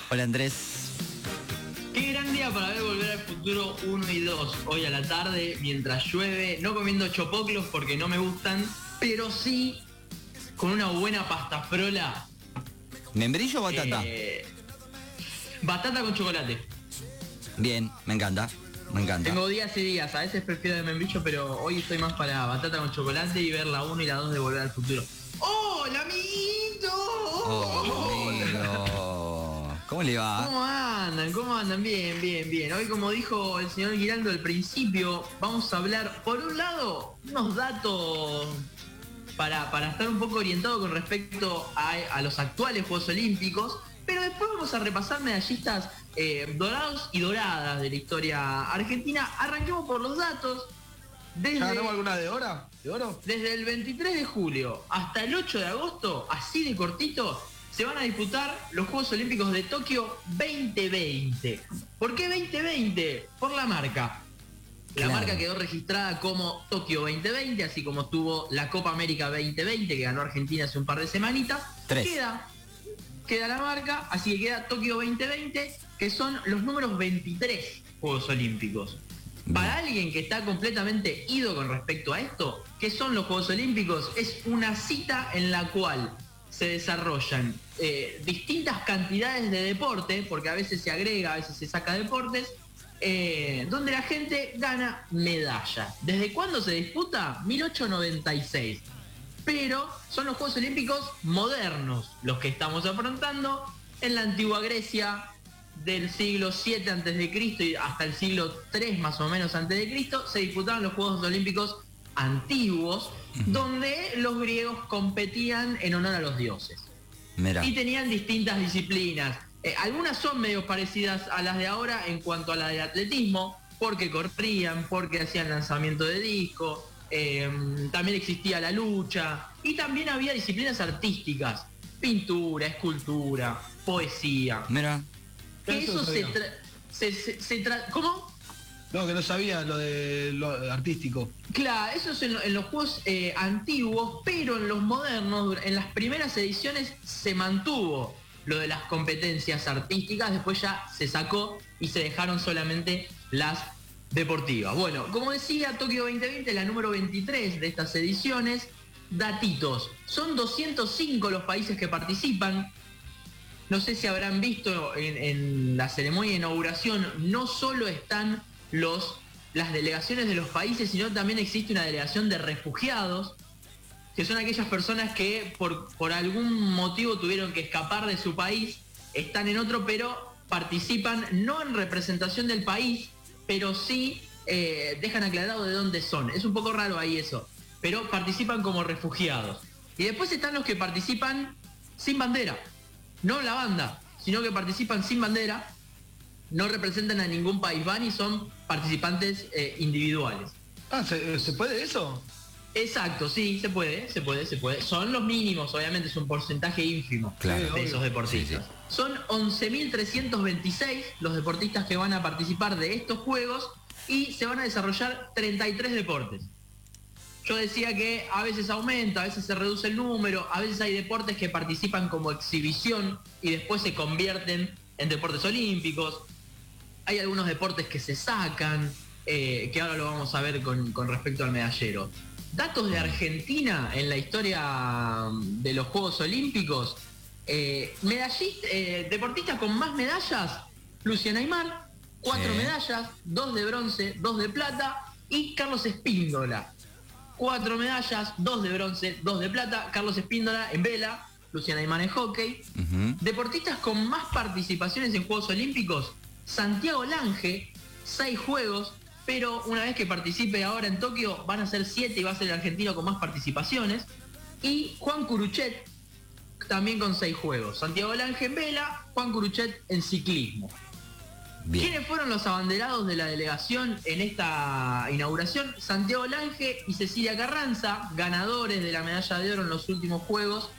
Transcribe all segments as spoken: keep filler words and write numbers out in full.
Hola Andrés. Qué gran día para ver Volver al Futuro uno y dos. Hoy a la tarde, mientras llueve, no comiendo chopoclos porque no me gustan, pero sí con una buena pasta frola. ¿Membrillo o batata? Eh, batata con chocolate. Bien, me encanta. Me encanta. Tengo días y días, a veces prefiero de membrillo, pero hoy estoy más para batata con chocolate y ver la uno y la dos de Volver al Futuro. ¡Hola, amiguito! Oh, amigo. ¿Cómo le va? ¿Cómo andan? ¿Cómo andan? Bien, bien, bien. Hoy, como dijo el señor Giraldo al principio, vamos a hablar, por un lado, unos datos para, para estar un poco orientado con respecto a, a los actuales Juegos Olímpicos, pero después vamos a repasar medallistas eh, dorados y doradas de la historia argentina. Arranquemos por los datos. Desde, ¿Ya ganamos alguna de oro? ¿De oro? Desde el veintitrés de julio hasta el ocho de agosto, así de cortito, se van a disputar los Juegos Olímpicos de Tokio veinte veinte. ¿Por qué veinte veinte? Por la marca. La Claro. marca quedó registrada como Tokio veinte veinte, así como estuvo la Copa América veinte veinte, que ganó Argentina hace un par de semanitas. Tres. Queda, queda la marca, así que queda Tokio veinte veinte, que son los números veintitrés Juegos Olímpicos. Para alguien que está completamente ido con respecto a esto, ¿qué son los Juegos Olímpicos? Es una cita en la cual se desarrollan eh, distintas cantidades de deporte, porque a veces se agrega, a veces se saca deportes, eh, donde la gente gana medalla. ¿Desde cuándo se disputa? mil ochocientos noventa y seis. Pero son los Juegos Olímpicos modernos los que estamos afrontando. En la antigua Grecia, del siglo siete antes de Cristo y hasta el siglo tres más o menos antes de Cristo, se disputaban los Juegos Olímpicos antiguos, donde los griegos competían en honor a los dioses. Mira. Y tenían distintas disciplinas. Eh, algunas son medio parecidas a las de ahora en cuanto a la de atletismo, porque corrían, porque hacían lanzamiento de disco, eh, también existía la lucha, y también había disciplinas artísticas, pintura, escultura, poesía. Mira. Que Eso eso no se, sabía. tra- se, se, se tra- ¿Cómo? No, que no sabía lo de lo artístico. Claro, eso es en, lo- en los juegos eh, antiguos, pero en los modernos, en las primeras ediciones se mantuvo lo de las competencias artísticas, después ya se sacó y se dejaron solamente las deportivas. Bueno, como decía, Tokio veinte veinte, la número veintitrés de estas ediciones. Datitos, son doscientos cinco los países que participan. No sé si habrán visto en, en la ceremonia de inauguración, no solo están los, las delegaciones de los países, sino también existe una delegación de refugiados, que son aquellas personas que por, por algún motivo tuvieron que escapar de su país, están en otro, pero participan no en representación del país, pero sí eh, dejan aclarado de dónde son. Es un poco raro ahí eso, pero participan como refugiados. Y después están los que participan sin bandera. No la banda, sino que participan sin bandera, no representan a ningún país, van y son participantes eh, individuales. Ah, ¿se, ¿se puede eso? Exacto, sí, se puede, se puede, se puede. Son los mínimos, obviamente es un porcentaje ínfimo Claro. de esos deportistas. Sí, Son once mil trescientos veintiséis los deportistas que van a participar de estos juegos y se van a desarrollar treinta y tres deportes. Yo decía que a veces aumenta, a veces se reduce el número, a veces hay deportes que participan como exhibición y después se convierten en deportes olímpicos. Hay algunos deportes que se sacan, eh, que ahora lo vamos a ver con, con respecto al medallero. Datos de Argentina en la historia de los Juegos Olímpicos. Eh, medallist- eh, deportistas con más medallas, Luciana Aymar, cuatro Sí. medallas, dos de bronce, dos de plata, y Carlos Espíndola. Cuatro medallas, dos de bronce, dos de plata. Carlos Espíndola en vela, Luciana Aymar en hockey. Uh-huh. Deportistas con más participaciones en Juegos Olímpicos, Santiago Lange, seis juegos, pero una vez que participe ahora en Tokio van a ser siete y va a ser el argentino con más participaciones. Y Juan Curuchet, también con seis juegos. Santiago Lange en vela, Juan Curuchet en ciclismo. Bien. ¿Quiénes fueron los abanderados de la delegación en esta inauguración? Santiago Lange y Cecilia Carranza, ganadores de la medalla de oro en los últimos Juegos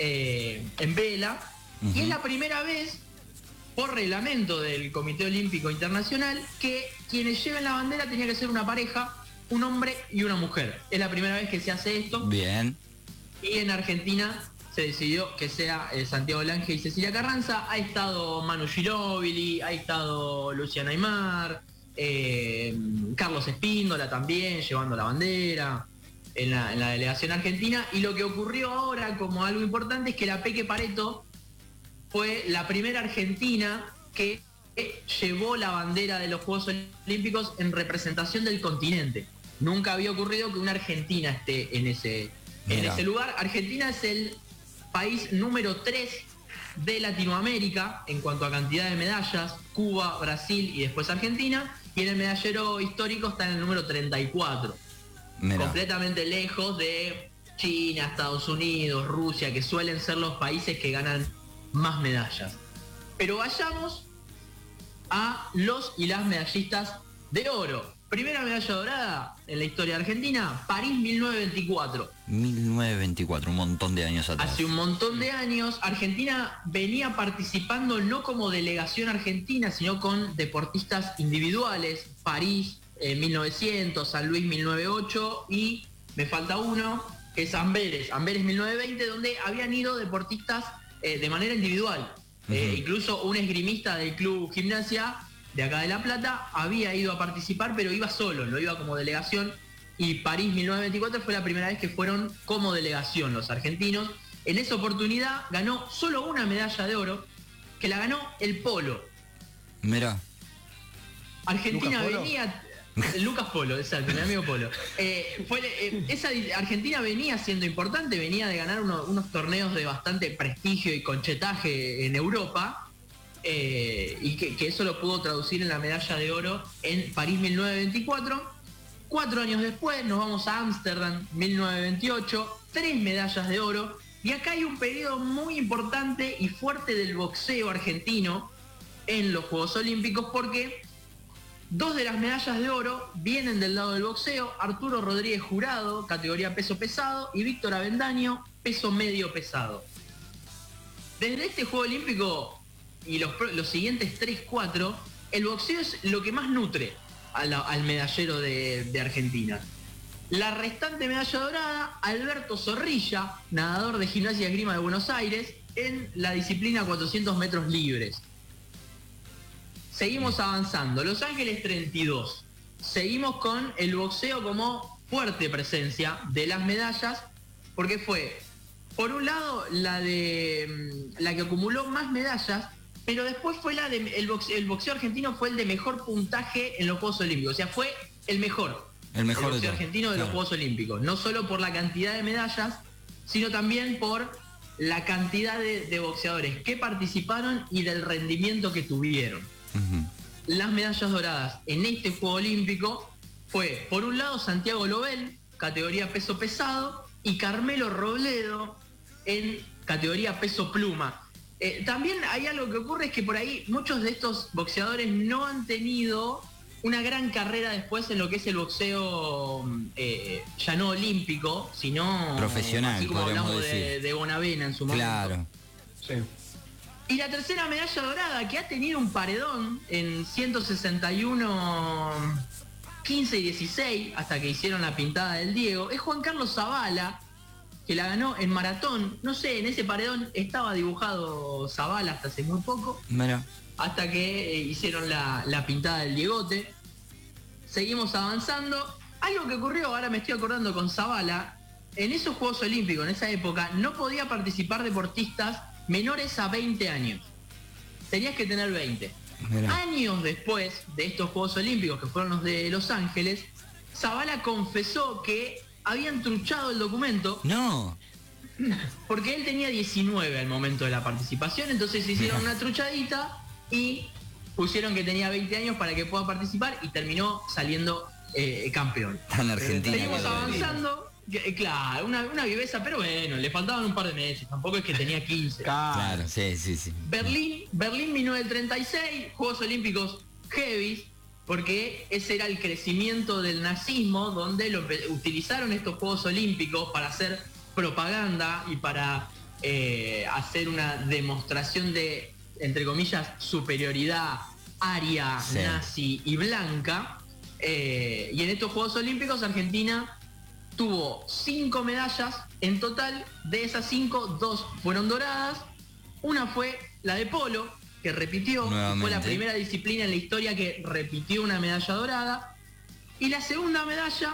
eh, en vela. Uh-huh. Y es la primera vez, por reglamento del Comité Olímpico Internacional, que quienes lleven la bandera tenía que ser una pareja, un hombre y una mujer. Es la primera vez que se hace esto. Bien. Y en Argentina se decidió que sea eh, Santiago Lange y Cecilia Carranza. Ha estado Manu Ginóbili, ha estado Luciana Aymar, eh, Carlos Espíndola también llevando la bandera en la, en la delegación argentina. Y lo que ocurrió ahora como algo importante es que la Peque Pareto fue la primera argentina que llevó la bandera de los Juegos Olímpicos en representación del continente. Nunca había ocurrido que una argentina esté en ese, en ese lugar. Argentina es el país número tres de Latinoamérica en cuanto a cantidad de medallas. Cuba, Brasil y después Argentina. Y en el medallero histórico está en el número treinta y cuatro. Mirá. Completamente lejos de China, Estados Unidos, Rusia, que suelen ser los países que ganan más medallas. Pero vayamos a los y las medallistas de oro. Primera medalla dorada en la historia argentina, París mil novecientos veinticuatro. mil novecientos veinticuatro, un montón de años atrás. Hace un montón de años, Argentina venía participando no como delegación argentina, sino con deportistas individuales. París eh, mil novecientos, San Luis mil novecientos ocho y me falta uno, que es Amberes. Amberes mil novecientos veinte, donde habían ido deportistas eh, de manera individual. Uh-huh. Eh, incluso un esgrimista del Club Gimnasia de acá de La Plata había ido a participar, pero iba solo, lo iba como delegación. Y París mil novecientos veinticuatro fue la primera vez que fueron como delegación los argentinos. En esa oportunidad ganó solo una medalla de oro, que la ganó el polo. Mirá. Argentina venía... Lucas Polo, exacto, mi amigo Polo. Eh, fue, eh, esa Argentina venía siendo importante, venía de ganar uno, unos torneos de bastante prestigio y conchetaje en Europa, eh, y que, que eso lo pudo traducir en la medalla de oro en París mil novecientos veinticuatro. Cuatro años después nos vamos a Ámsterdam mil novecientos veintiocho, tres medallas de oro, y acá hay un periodo muy importante y fuerte del boxeo argentino en los Juegos Olímpicos, porque dos de las medallas de oro vienen del lado del boxeo: Arturo Rodríguez Jurado, categoría peso pesado, y Víctor Avendaño, peso medio pesado. Desde este Juego Olímpico y los, los siguientes tres cuatro, el boxeo es lo que más nutre a la, al medallero de, de Argentina. La restante medalla dorada, Alberto Zorrilla, nadador de Gimnasia y Esgrima de Buenos Aires, en la disciplina cuatrocientos metros libres. Seguimos avanzando. Los Ángeles treinta y dos. Seguimos con el boxeo como fuerte presencia de las medallas, porque fue, por un lado, la de la que acumuló más medallas, pero después fue la de el boxeo, el boxeo argentino fue el de mejor puntaje en los Juegos Olímpicos. O sea, fue el mejor. El mejor el boxeo de argentino de claro. los Juegos Olímpicos. No solo por la cantidad de medallas, sino también por la cantidad de, de boxeadores que participaron y del rendimiento que tuvieron. Uh-huh. Las medallas doradas en este Juego Olímpico fue, por un lado, Santiago Lobel, categoría peso pesado, y Carmelo Robledo en categoría peso pluma. Eh, también hay algo que ocurre, es que por ahí muchos de estos boxeadores no han tenido una gran carrera después en lo que es el boxeo eh, ya no olímpico, sino profesional, así como hablamos decir. de, de Bonavena en su momento. Claro. Sí. Y la tercera medalla dorada, que ha tenido un paredón en ciento sesenta y uno, quince y dieciséis, hasta que hicieron la pintada del Diego, es Juan Carlos Zavala, que la ganó en maratón. No sé, en ese paredón estaba dibujado Zavala hasta hace muy poco. Mira. Hasta que eh, hicieron la, la pintada del Diegote. Seguimos avanzando. Algo que ocurrió, ahora me estoy acordando con Zavala, en esos Juegos Olímpicos, en esa época, no podía participar deportistas menores a veinte años. Tenías que tener veinte. Mirá. Años después de estos Juegos Olímpicos, que fueron los de Los Ángeles, Zavala confesó que habían truchado el documento. No. Porque él tenía diecinueve al momento de la participación, entonces hicieron Mirá. una truchadita y pusieron que tenía veinte años para que pueda participar, y terminó saliendo eh, campeón. Tan Argentina. Seguimos avanzando. Que, claro, una, una viveza, pero bueno, le faltaban un par de meses, tampoco es que tenía quince. Claro, sí, sí, sí. Berlín, Berlín mil novecientos treinta y seis, Juegos Olímpicos heavy, porque ese era el crecimiento del nazismo, donde lo, utilizaron estos Juegos Olímpicos para hacer propaganda y para eh, hacer una demostración de, entre comillas, superioridad aria, sí. nazi y blanca. Eh, y en estos Juegos Olímpicos Argentina tuvo cinco medallas en total. De esas cinco, dos fueron doradas. Una fue la de polo, que repitió, Nuevamente. fue la primera disciplina en la historia que repitió una medalla dorada. Y la segunda medalla,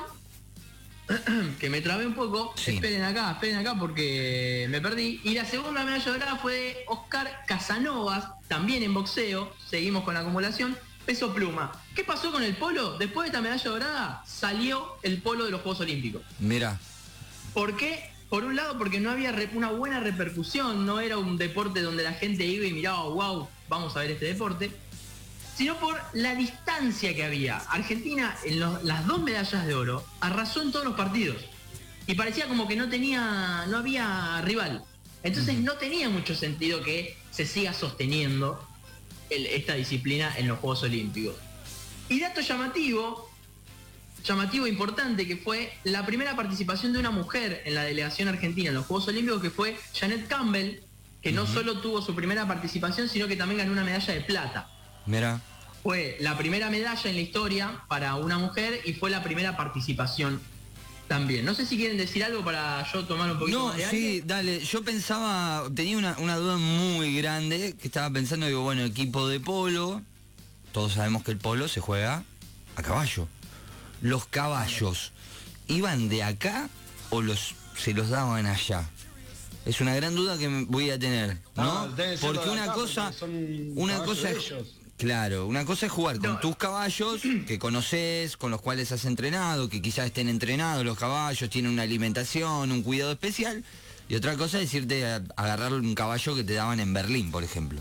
que me trabé un poco, Sí. esperen acá, esperen acá porque me perdí. Y la segunda medalla dorada fue de Oscar Casanovas, también en boxeo. Seguimos con la acumulación. Peso pluma. ¿Qué pasó con el polo? Después de esta medalla dorada, salió el polo de los Juegos Olímpicos. Mira, ¿Por qué? Por un lado, porque no había re- una buena repercusión, no era un deporte donde la gente iba y miraba, wow, vamos a ver este deporte, sino por la distancia que había. Argentina, en los- las dos medallas de oro, arrasó en todos los partidos. Y parecía como que no tenía, no había rival. Entonces no tenía mucho sentido que se siga sosteniendo el- esta disciplina en los Juegos Olímpicos. Y dato llamativo, llamativo importante, que fue la primera participación de una mujer en la delegación argentina en los Juegos Olímpicos, que fue Janet Campbell, que no solo tuvo su primera participación, sino que también ganó una medalla de plata. mira. Fue la primera medalla en la historia para una mujer y fue la primera participación también. No sé si quieren decir algo para yo tomar un poquito No, más de sí, aire. dale. Yo pensaba, tenía una, una duda muy grande, que estaba pensando, digo, bueno, equipo de polo, todos sabemos que el polo se juega a caballo. Los caballos, ¿iban de acá o los se los daban allá? Es una gran duda que me voy a tener, ¿no? Ah, debe ser lo Porque de una acá, cosa, porque son una caballos cosa de es, ellos. claro, una cosa es jugar con No. tus caballos que conoces, con los cuales has entrenado, que quizás estén entrenados los caballos, tienen una alimentación, un cuidado especial, y otra cosa es irte a, a agarrar un caballo que te daban en Berlín, por ejemplo.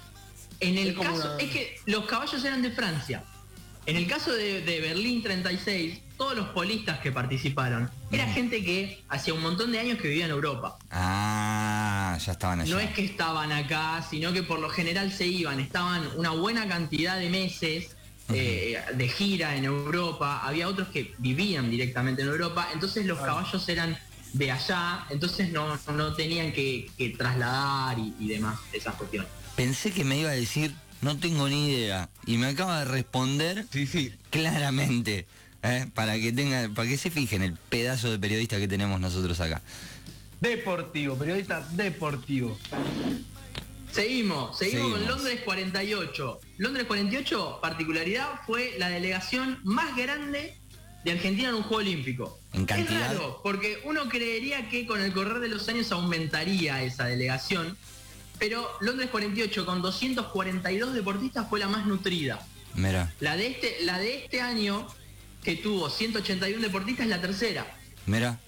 En el Es como caso, una- es que los caballos eran de Francia. En el caso de, de Berlín treinta y seis, todos los polistas que participaron, era gente que hacía un montón de años que vivía en Europa. Ah, ya estaban allá. No es que estaban acá, sino que por lo general se iban, estaban una buena cantidad de meses eh, de gira en Europa, había otros que vivían directamente en Europa, entonces los Claro. caballos eran de allá, entonces no, no tenían que, que trasladar y, y demás, esas cuestiones. Pensé que me iba a decir, no tengo ni idea, y me acaba de responder Sí, sí. claramente, ¿eh? para que tenga, para que se fijen el pedazo de periodista que tenemos nosotros acá. Deportivo, periodista deportivo. Seguimos, seguimos, Seguimos. con Londres cuarenta y ocho. Londres cuarenta y ocho, particularidad, fue la delegación más grande de Argentina en un Juego Olímpico. ¿En cantidad? Es raro, porque uno creería que con el correr de los años aumentaría esa delegación, pero Londres cuarenta y ocho con doscientos cuarenta y dos deportistas fue la más nutrida. Mira, La de este, la de este año, que tuvo ciento ochenta y uno deportistas, es la tercera. mira,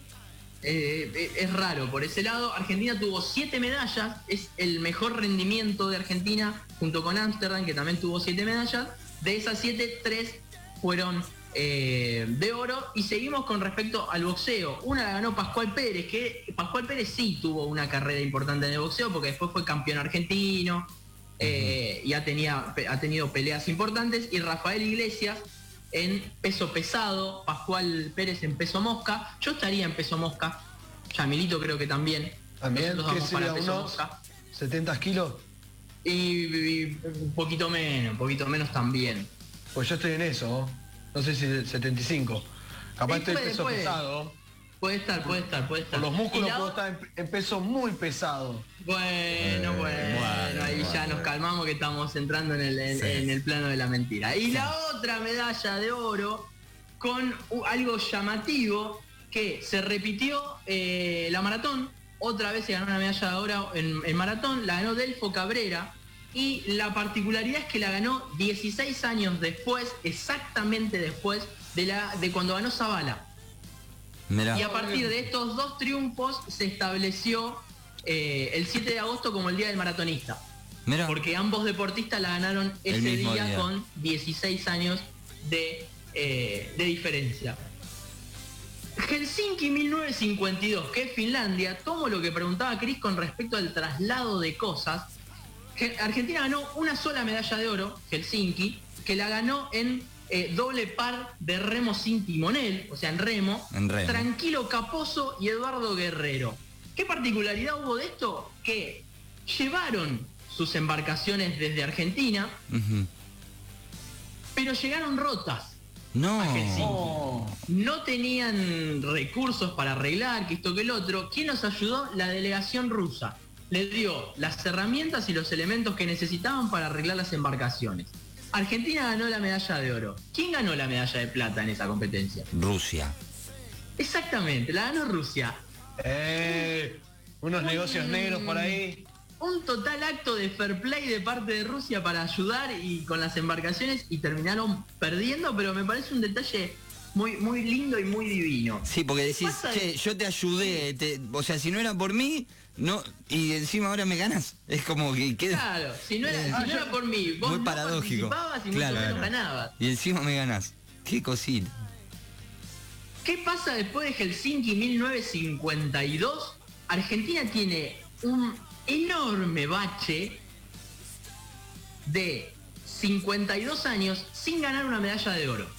Eh, eh, es raro por ese lado. Argentina tuvo siete medallas, es el mejor rendimiento de Argentina junto con Ámsterdam, que también tuvo siete medallas. De esas siete, tres fueron eh, de oro. Y seguimos con respecto al boxeo. Una la ganó Pascual Pérez, que Pascual Pérez sí tuvo una carrera importante en el boxeo porque después fue campeón argentino eh, y ha, tenía, ha tenido peleas importantes. Y Rafael Iglesias en peso pesado, Pascual Pérez en peso mosca. Yo estaría en peso mosca. Yamilito creo que también. También, Nosotros ¿qué vamos para sería? peso ¿Unos mosca. setenta kilos? Y, y un poquito menos, un poquito menos también. Pues yo estoy en eso, ¿no? No sé si setenta y cinco. Capaz Y estoy puede, peso puede. pesado. Puede estar, puede estar, puede estar. Por los músculos Y la puedo o- estar en, en peso muy pesado. Bueno, bueno, bueno, ahí ya bueno. nos calmamos que estamos entrando en el, en, Sí. en el plano de la mentira. Y la otra medalla de oro con u- algo llamativo que se repitió eh, la maratón. Otra vez se ganó una medalla de oro en, en maratón, la ganó Delfo Cabrera. Y la particularidad es que la ganó dieciséis años después, exactamente después de, la, de cuando ganó Zavala. mira. Y a partir de estos dos triunfos se estableció eh, el siete de agosto como el Día del Maratonista. Mira, Porque ambos deportistas la ganaron El ese mismo día, día. con dieciséis años de, eh, de diferencia. Helsinki mil novecientos cincuenta y dos, que es Finlandia. Tomo lo que preguntaba Cris con respecto al traslado de cosas. Ge- Argentina ganó una sola medalla de oro, Helsinki, que la ganó en eh, doble par de remo sin timonel, o sea, en remo, En remo. Tranquilo Caposo y Eduardo Guerrero. ¿Qué particularidad hubo de esto? Que llevaron sus embarcaciones desde Argentina, ujú, pero llegaron rotas. No. a Helsinki. Oh. No tenían recursos para arreglar, que esto que el otro. ¿Quién nos ayudó? La delegación rusa. Les dio las herramientas y los elementos que necesitaban para arreglar las embarcaciones. Argentina ganó la medalla de oro. ¿Quién ganó la medalla de plata en esa competencia? Rusia. Exactamente, la ganó Rusia. Eh, unos negocios negros por ahí. Un total acto de fair play de parte de Rusia para ayudar y con las embarcaciones y terminaron perdiendo, pero me parece un detalle muy, muy lindo y muy divino. Sí, porque decís, Pasa che, de- yo te ayudé, te- o sea, si no era por mí, no, y encima ahora me ganas. Es como que queda Claro, si no era, Eh, si no era por mí, vos muy no paradójico. participabas y Claro, mucho menos claro. ganabas. Y encima me ganás. Qué cosita. ¿Qué pasa después de Helsinki mil novecientos cincuenta y dos? Argentina tiene un enorme bache de cincuenta y dos años sin ganar una medalla de oro.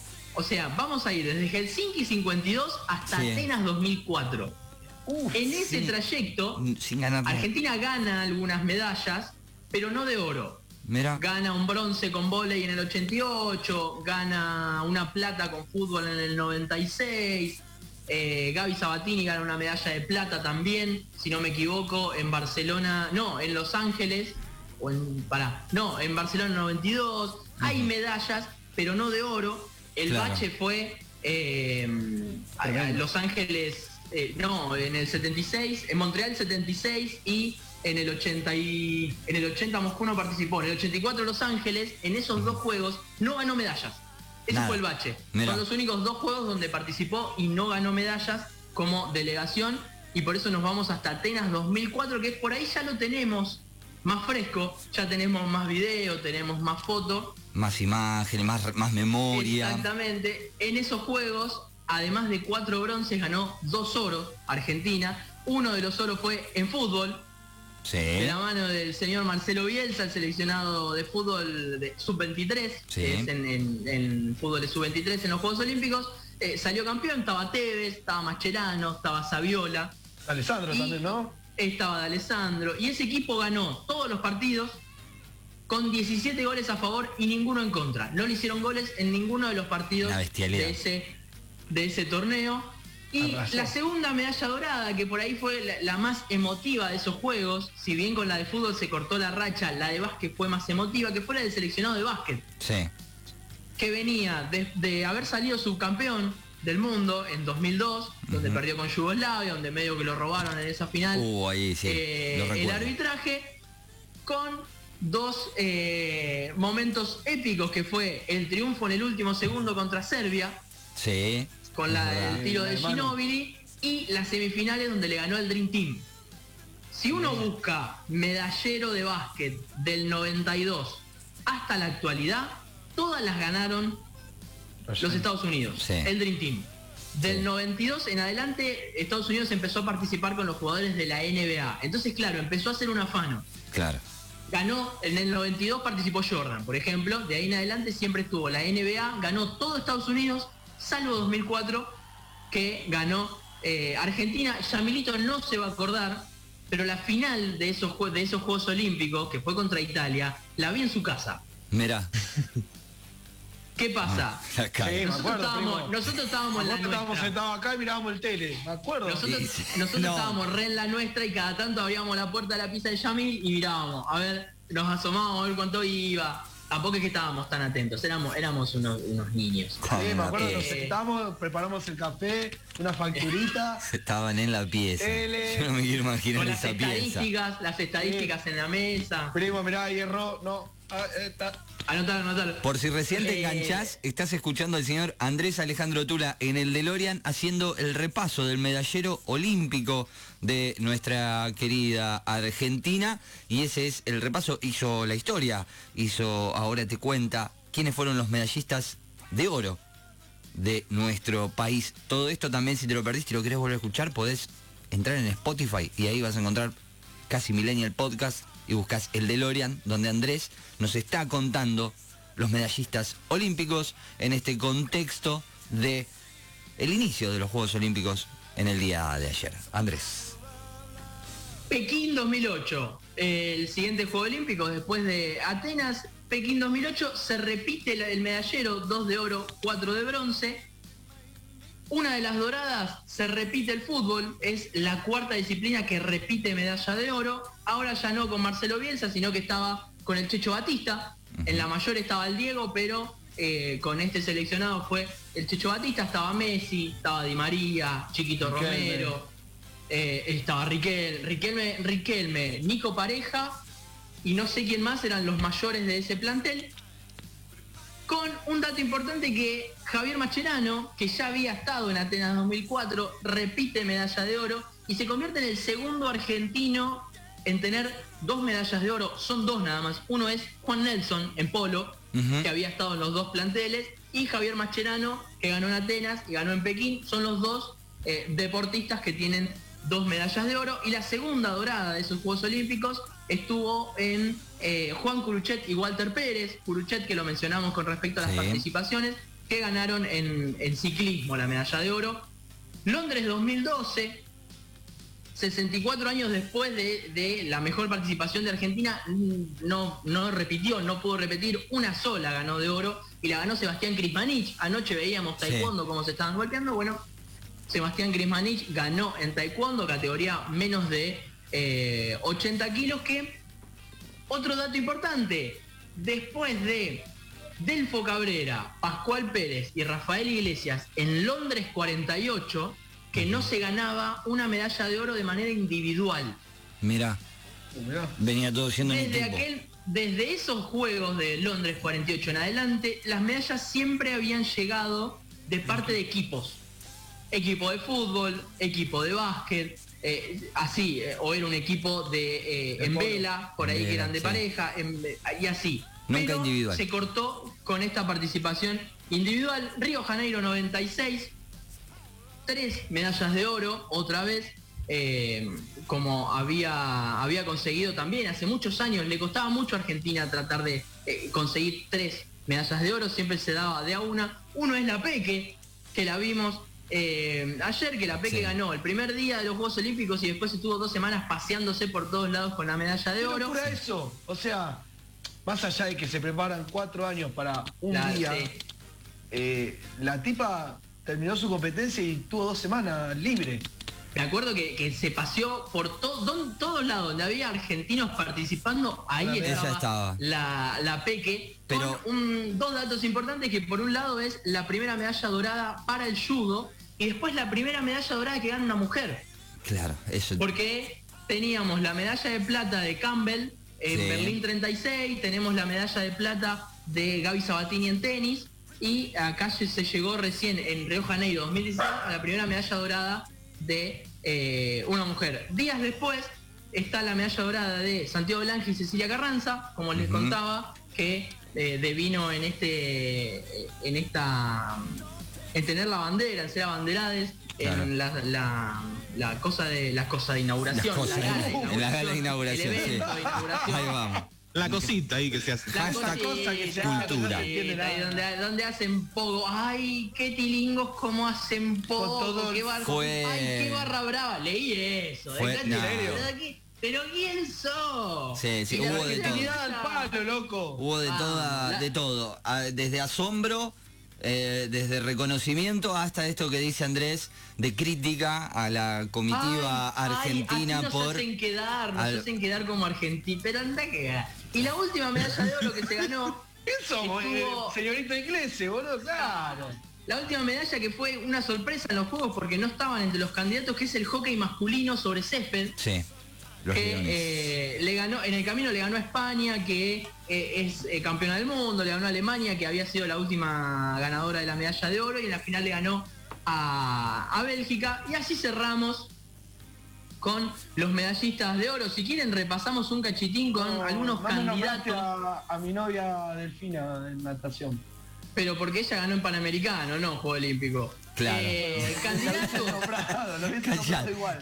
O sea, vamos a ir desde Helsinki cincuenta y dos hasta Sí. Atenas dos mil cuatro. Uf, En ese sí. trayecto, Sin ganar nada. Argentina gana algunas medallas, pero no de oro. Mira, Gana un bronce con vóley en el ochenta y ocho, gana una plata con fútbol en el noventa y seis, eh, Gaby Sabatini gana una medalla de plata también, si no me equivoco, en Barcelona, no, en Los Ángeles, o en, pará, no, en Barcelona noventa y dos, hay medallas, pero no de oro. El Claro. bache fue eh, a- a Tremendo. Los Ángeles, eh, no, en el setenta y seis, en Montreal setenta y seis y en el ochenta y en el ochenta Moscú no participó, en el ochenta y cuatro Los Ángeles, en esos dos juegos no ganó medallas. Ese Nada. fue el bache. Mirá. Son los únicos dos juegos donde participó y no ganó medallas como delegación y por eso nos vamos hasta Atenas dos mil cuatro, que por ahí ya lo tenemos más fresco, ya tenemos más video, tenemos más foto. más imágenes, más, más memoria. Exactamente. En esos juegos, además de cuatro bronces, ganó dos oros Argentina. Uno de los oros fue en fútbol, Sí. de la mano del señor Marcelo Bielsa, el seleccionado de fútbol de sub veintitrés, Sí. que es en, en- en fútbol de sub veintitrés en los Juegos Olímpicos. Eh, salió campeón, estaba Tevez, estaba Mascherano, estaba Saviola, Alessandro Y- también, ¿no? estaba D'Alessandro. Y ese equipo ganó todos los partidos con diecisiete goles a favor y ninguno en contra. No le hicieron goles en ninguno de los partidos Una bestialidad. de ese, de ese torneo. Y Arrasó. la segunda medalla dorada, que por ahí fue la, la más emotiva de esos juegos, si bien con la de fútbol se cortó la racha, la de básquet fue más emotiva, que fue la del seleccionado de básquet, Sí. que venía de, de haber salido subcampeón del mundo en dos mil dos, donde Ujú. perdió con Yugoslavia, donde medio que lo robaron en esa final. Uh, ahí sí. Eh, lo el recuerdo. arbitraje con dos eh, momentos épicos, que fue el triunfo en el último segundo contra Serbia, Sí. con es la, verdad. el tiro de Hermano. Ginóbili, y las semifinales donde le ganó el Dream Team. Si uno busca medallero de básquet del noventa y dos hasta la actualidad, todas las ganaron los Estados Unidos, Sí. el Dream Team. Del Sí. noventa y dos en adelante, Estados Unidos empezó a participar con los jugadores de la N B A. Entonces, claro, empezó a ser un afano. Claro. Ganó, en el noventa y dos participó Jordan, por ejemplo. De ahí en adelante siempre estuvo la N B A, ganó todo Estados Unidos, salvo dos mil cuatro, que ganó eh, Argentina. Yamilito no se va a acordar, pero la final de esos, jue- de esos Juegos Olímpicos, que fue contra Italia, la vi en su casa. Mirá. ¿Qué pasa? La cara. Sí, me nosotros, acuerdo, estábamos, primo. nosotros estábamos en la Nosotros estábamos nuestra. sentados acá y mirábamos el tele, me acuerdo. Nosotros, Sí, sí. nosotros No. estábamos re en la nuestra y cada tanto abríamos la puerta de la pizza de Yamil y mirábamos, a ver, nos asomábamos a ver cuánto iba. Tampoco es que estábamos tan atentos, éramos, éramos unos, unos niños. Sí, me acuerdo, Eh, nos sentamos, preparamos el café, una facturita. Estaban en la pieza. Tele. Yo no me quiero imaginar Con las esa pieza. estadísticas, las estadísticas en la mesa. Primo, mirá, hierro, no. Ah, eh, ta- Anotar, anotar. Por si recién te Eh, enganchás, estás escuchando al señor Andrés Alejandro Tula en el DeLorean haciendo el repaso del medallero olímpico de nuestra querida Argentina, y ese es el repaso. Hizo la historia, hizo Ahora te cuenta quiénes fueron los medallistas de oro de nuestro país. Todo esto también, si te lo perdiste y lo querés volver a escuchar, podés entrar en Spotify y ahí vas a encontrar Casi Millennial Podcast y buscas el DeLorean, donde Andrés nos está contando los medallistas olímpicos en este contexto de el inicio de los Juegos Olímpicos en el día de ayer. Andrés. Pekín dos mil ocho, el siguiente Juego Olímpico después de Atenas. Pekín dos mil ocho se repite el medallero, dos de oro, cuatro de bronce. Una de las doradas se repite el fútbol, es la cuarta disciplina que repite medalla de oro. Ahora ya no con Marcelo Bielsa, sino que estaba con el Checho Batista. En la mayor estaba el Diego, pero eh, con este seleccionado fue el Checho Batista. Estaba Messi, estaba Di María, Chiquito Riquelme. Romero, eh, estaba Riquel, Riquelme, Riquelme, Nico Pareja y no sé quién más eran los mayores de ese plantel. Con un dato importante que Javier Mascherano, que ya había estado en Atenas dos mil cuatro, repite medalla de oro y se convierte en el segundo argentino en tener dos medallas de oro. Son dos nada más. Uno es Juan Nelson en polo, uh-huh. que había estado en los dos planteles, y Javier Mascherano, que ganó en Atenas y ganó en Pekín. Son los dos eh, deportistas que tienen dos medallas de oro. Y la segunda dorada de esos Juegos Olímpicos estuvo en eh, Juan Curuchet y Walter Pérez. Curuchet, que lo mencionamos con respecto a las sí. participaciones, que ganaron en, en ciclismo la medalla de oro. Londres dos mil doce, sesenta y cuatro años después de, de la mejor participación de Argentina, no, no repitió, no pudo repetir, una sola ganó de oro, y la ganó Sebastián Krismanich. Anoche veíamos taekwondo, sí. cómo se estaban golpeando. Bueno, Sebastián Krismanich ganó en taekwondo, categoría menos de eh, ochenta kilos, que, otro dato importante, después de Delfo Cabrera, Pascual Pérez y Rafael Iglesias en Londres cuarenta y ocho, que no se ganaba una medalla de oro de manera individual. Mirá, venía todo siendo en desde equipo. aquel, desde esos Juegos de Londres cuarenta y ocho en adelante, las medallas siempre habían llegado de parte de equipos. Equipo de fútbol, equipo de básquet, eh, así, eh, o era un equipo de, eh, en vela, por ahí vela, que eran de sí. pareja, en, y así. Nunca Pero individual. Se cortó con esta participación individual. Río Janeiro noventa y seis, tres medallas de oro, otra vez, eh, como había, había conseguido también hace muchos años. Le costaba mucho a Argentina tratar de eh, conseguir tres medallas de oro, siempre se daba de a una. Uno es la Peque, que la vimos eh, ayer, que la Peque sí. ganó el primer día de los Juegos Olímpicos y después estuvo dos semanas paseándose por todos lados con la medalla de ¿Qué oro. locura eso? O sea, más allá de que se preparan cuatro años para un la, día, sí. eh, la tipa terminó su competencia y tuvo dos semanas libre. Me acuerdo que, que se paseó por to, don, todos lados donde había argentinos participando, ahí estaba, estaba la, la Peque. Pero con un, dos datos importantes, que por un lado es la primera medalla dorada para el judo y después la primera medalla dorada que gana una mujer. Claro, eso. Porque teníamos la medalla de plata de Campbell en sí. Berlín treinta y seis, tenemos la medalla de plata de Gaby Sabatini en tenis, y acá se llegó recién en Río Janeiro dos mil dieciséis a la primera medalla dorada de eh, una mujer. Días después está la medalla dorada de Santiago Lange y Cecilia Carranza, como les uh-huh. contaba, que eh, devino en este en esta en tener la bandera, en ser abanderades, claro. en la, la, la cosa de la cosa de inauguración, la cosa, la gala de inauguración, en la gala de inauguración, el evento sí. de inauguración. Ahí vamos. La cosita ahí que se hace. La Hashtag cosa que se cultura. Hace, ahí donde, donde hacen pogo. Ay, qué tilingos cómo hacen pogo. Todo qué barra, fue... Ay, qué barra brava. Leí eso. Fue... ¿En no. serio? ¿Pero quién sos? Sí, sí, hubo de todo. Al palo, loco. Hubo de, ah, toda, la... de todo. Desde asombro, eh, desde reconocimiento, hasta esto que dice Andrés, de crítica a la comitiva ay, argentina ay, así nos por... hacen quedar, nos al... hacen quedar como argentinos. Pero anda que... Y la última medalla de oro que se ganó... ¿Qué somos? estuvo... Eh, señorita Iglesias, boludo, claro. La última medalla que fue una sorpresa en los Juegos porque no estaban entre los candidatos, que es el hockey masculino sobre césped. Sí. Los que eh, le ganó, en el camino le ganó a España, que eh, es eh, campeona del mundo, le ganó a Alemania, que había sido la última ganadora de la medalla de oro, y en la final le ganó a, a Bélgica. Y así cerramos con los medallistas de oro. Si quieren repasamos un cachitín con no, algunos candidatos. A, a mi novia Delfina en natación. Pero porque ella ganó en Panamericano, no Juego Olímpico. Claro. Eh, candidato. igual.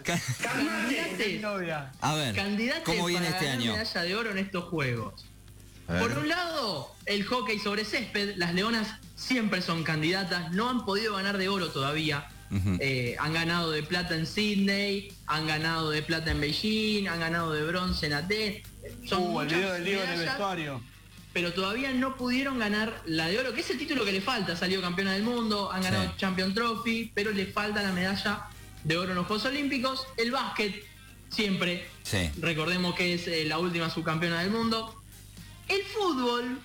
A ver, candidato ¿cómo viene para este ganar año? medalla de oro en estos Juegos. Por un lado, el hockey sobre césped. Las leonas siempre son candidatas. No han podido ganar de oro todavía. Uh-huh. eh, han ganado de plata en Sydney, han ganado de plata en Beijing, han ganado de bronce en Atenas. Uh, el video del Diego en el vestuario. pero todavía no pudieron ganar la de oro, que es el título que le falta. Ha salido campeona del mundo, han ganado Sí. Champion Trophy, pero le falta la medalla de oro en los Juegos Olímpicos. El básquet, siempre, Sí. recordemos que es eh, la última subcampeona del mundo. El fútbol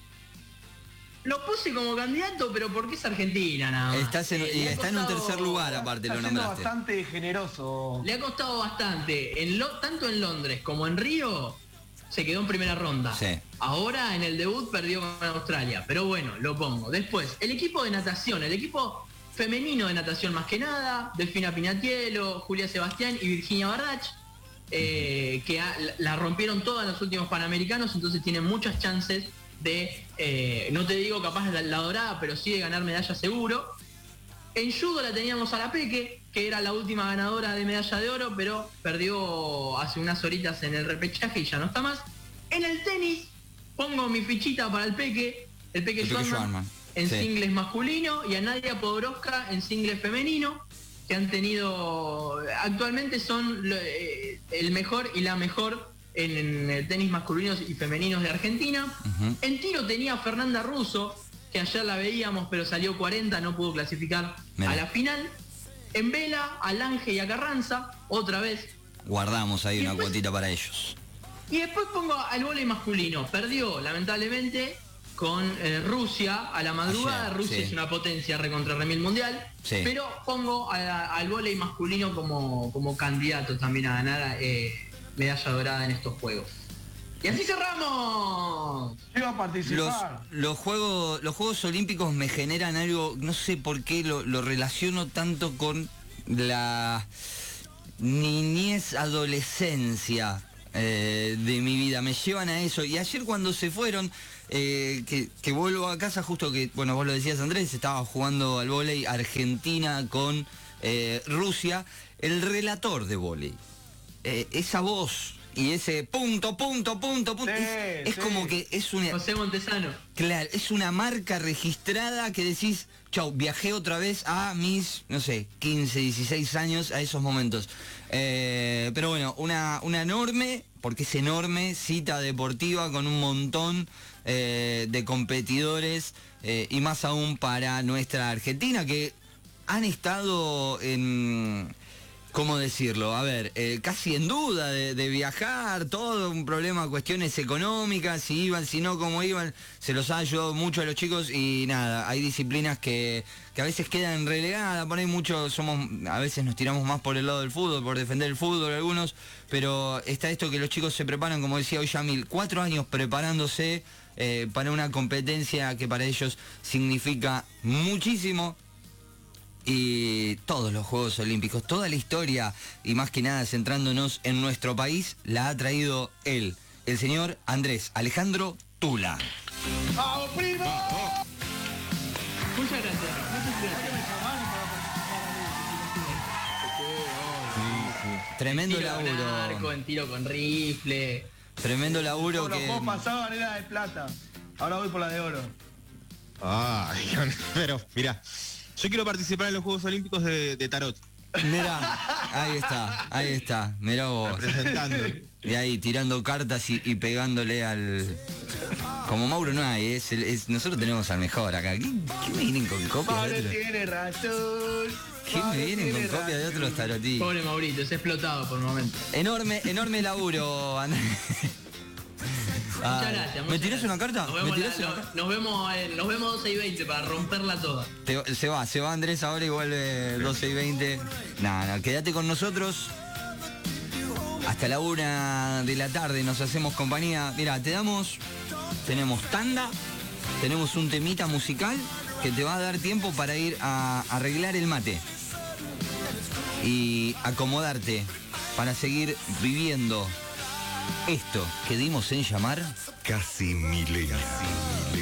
lo puse como candidato, pero porque es Argentina nada más. Estás en, Eh, y le ha está en un costado- tercer lugar, aparte Está lo siendo nombraste. bastante generoso. Le ha costado bastante, en lo- tanto en Londres como en Río, se quedó en primera ronda. Sí. Ahora en el debut perdió con Australia, pero bueno, lo pongo. Después, el equipo de natación, el equipo femenino de natación más que nada, Delfina Pinatielo, Julia Sebastián y Virginia Bardach, eh, que ha- la rompieron todas en los últimos Panamericanos, entonces tienen muchas chances de, eh, no te digo capaz de la, la dorada, pero sí de ganar medalla seguro. En judo la teníamos a la Peque, que era la última ganadora de medalla de oro, pero perdió hace unas horitas en el repechaje y ya no está más. En el tenis, pongo mi fichita para el Peque, el Peque El Peque Schwartzman, Schwartzman, en sí. singles masculino, y a Nadia Podoroska en singles femenino, que han tenido, actualmente son lo- eh, el mejor y la mejor en, en el tenis masculinos y femeninos de Argentina. Ujú. En tiro tenía a Fernanda Russo, que ayer la veíamos, pero salió cuarenta, no pudo clasificar Mirá. a la final. En vela, a Lange y a Carranza, otra vez. Guardamos ahí Y una después- cuotita para ellos. Y después pongo al vóley masculino. Perdió, lamentablemente, con eh, Rusia a la madrugada. Ayer, Rusia sí. es una potencia recontra remil mundial. Sí. Pero pongo a- al vóley masculino como, como candidato también a ganar eh, medalla dorada en estos juegos. Y así cerramos. Yo iba a Los, participar. los juegos los Juegos Olímpicos me generan algo, no sé por qué lo, lo relaciono tanto con la niñez, adolescencia eh, de mi vida. Me llevan a eso. Y ayer cuando se fueron, eh, que, que vuelvo a casa, justo que, bueno, vos lo decías Andrés, estaba jugando al vóley Argentina con eh, Rusia, el relator de vóley. Eh, esa voz y ese punto, punto, punto, punto, Sí, es, es sí. como que es una... José Montesano. Claro, es una marca registrada que decís, chau, viajé otra vez a mis, no sé, quince, dieciséis años, a esos momentos. Eh, pero bueno, una, una enorme, porque es enorme, cita deportiva con un montón eh, de competidores eh, y más aún para nuestra Argentina, que han estado en... ¿Cómo decirlo? A ver, eh, casi en duda de, de viajar, todo un problema, cuestiones económicas, si iban, si no, cómo iban, se los ha ayudado mucho a los chicos y nada, hay disciplinas que, que a veces quedan relegadas, por ahí muchos somos, a veces nos tiramos más por el lado del fútbol, por defender el fútbol algunos, pero está esto que los chicos se preparan, como decía hoy Yamil, cuatro años preparándose eh, para una competencia que para ellos significa muchísimo. Y todos los Juegos Olímpicos, toda la historia y más que nada centrándonos en nuestro país, la ha traído él, el señor Andrés Alejandro Tula. ¡Vamos, primo! Muchas gracias. Muchas gracias. Tremendo Tiro con arco, laburo, en tiro con rifle. tremendo laburo Todos los que... juegos pasaban era de plata. Ahora voy por la de oro. Ay, pero mira, yo quiero participar en los Juegos Olímpicos de, de tarot, Mirá, ahí está, ahí está, mirá vos. representando. Y ahí tirando cartas y, y pegándole al... Como Mauro no hay, es, el- es- nosotros tenemos al mejor acá. ¿Qué, qué me vienen con copias Pablo de otros? tiene razón. ¿Qué me Pablo vienen con tiene copias de razón. otros tarotistas? Pobre Maurito, se ha explotado por el momento. Enorme, enorme laburo, Andrés. Muchas Ay, gracias. ¿Me muchas tirás gracias. una carta? Nos ¿Me vemos, tirás la- una no- carta? nos vemos, eh, nos vemos doce y veinte para romperla toda. Te- se va, se va Andrés ahora y vuelve doce y veinte. Nada, no, quédate con nosotros. Hasta la una de la tarde nos hacemos compañía. Mira, te damos, tenemos tanda, tenemos un temita musical que te va a dar tiempo para ir a arreglar el mate y acomodarte para seguir viviendo esto que dimos en llamar Casi milenio.